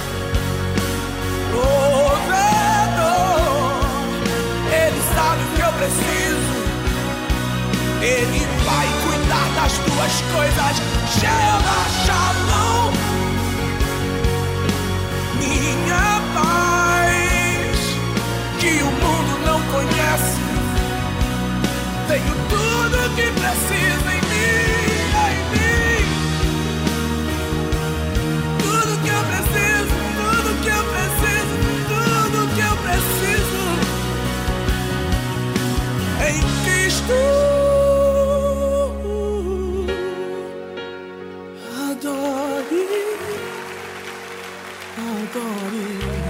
provedor, Ele sabe o que eu preciso, Ele vai cuidar das tuas coisas. Jeová Shalom, minha paz, que o mundo não conhece, tenho tudo que preciso em mim, em mim. Tudo que eu preciso, tudo que eu preciso, tudo que eu preciso em Cristo. Adore, adore.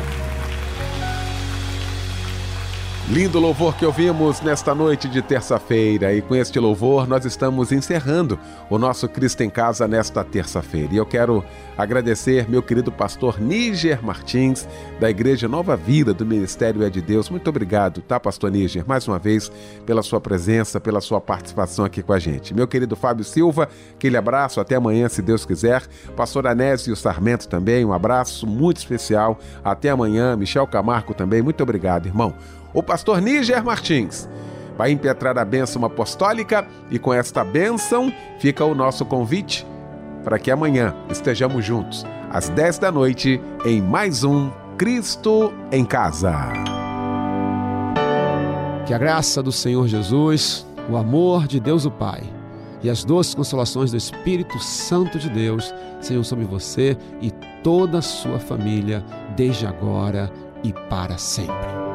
Lindo louvor que ouvimos nesta noite de terça-feira, e com este louvor nós estamos encerrando o nosso Cristo em Casa nesta terça-feira. E eu quero agradecer meu querido pastor Níger Martins, da Igreja Nova Vida do Ministério É de Deus. Muito obrigado, tá, pastor Níger, mais uma vez pela sua presença, pela sua participação aqui com a gente. Meu querido Fábio Silva, aquele abraço, até amanhã, se Deus quiser. Pastor Anésio Sarmento também, um abraço muito especial, até amanhã. Michel Camargo também, muito obrigado, irmão. O pastor Níger Martins vai impetrar a bênção apostólica, e com esta bênção fica o nosso convite para que amanhã estejamos juntos, às dez da noite, em mais um Cristo em Casa. Que a graça do Senhor Jesus, o amor de Deus o Pai e as doces consolações do Espírito Santo de Deus sejam sobre você e toda a sua família, desde agora e para sempre.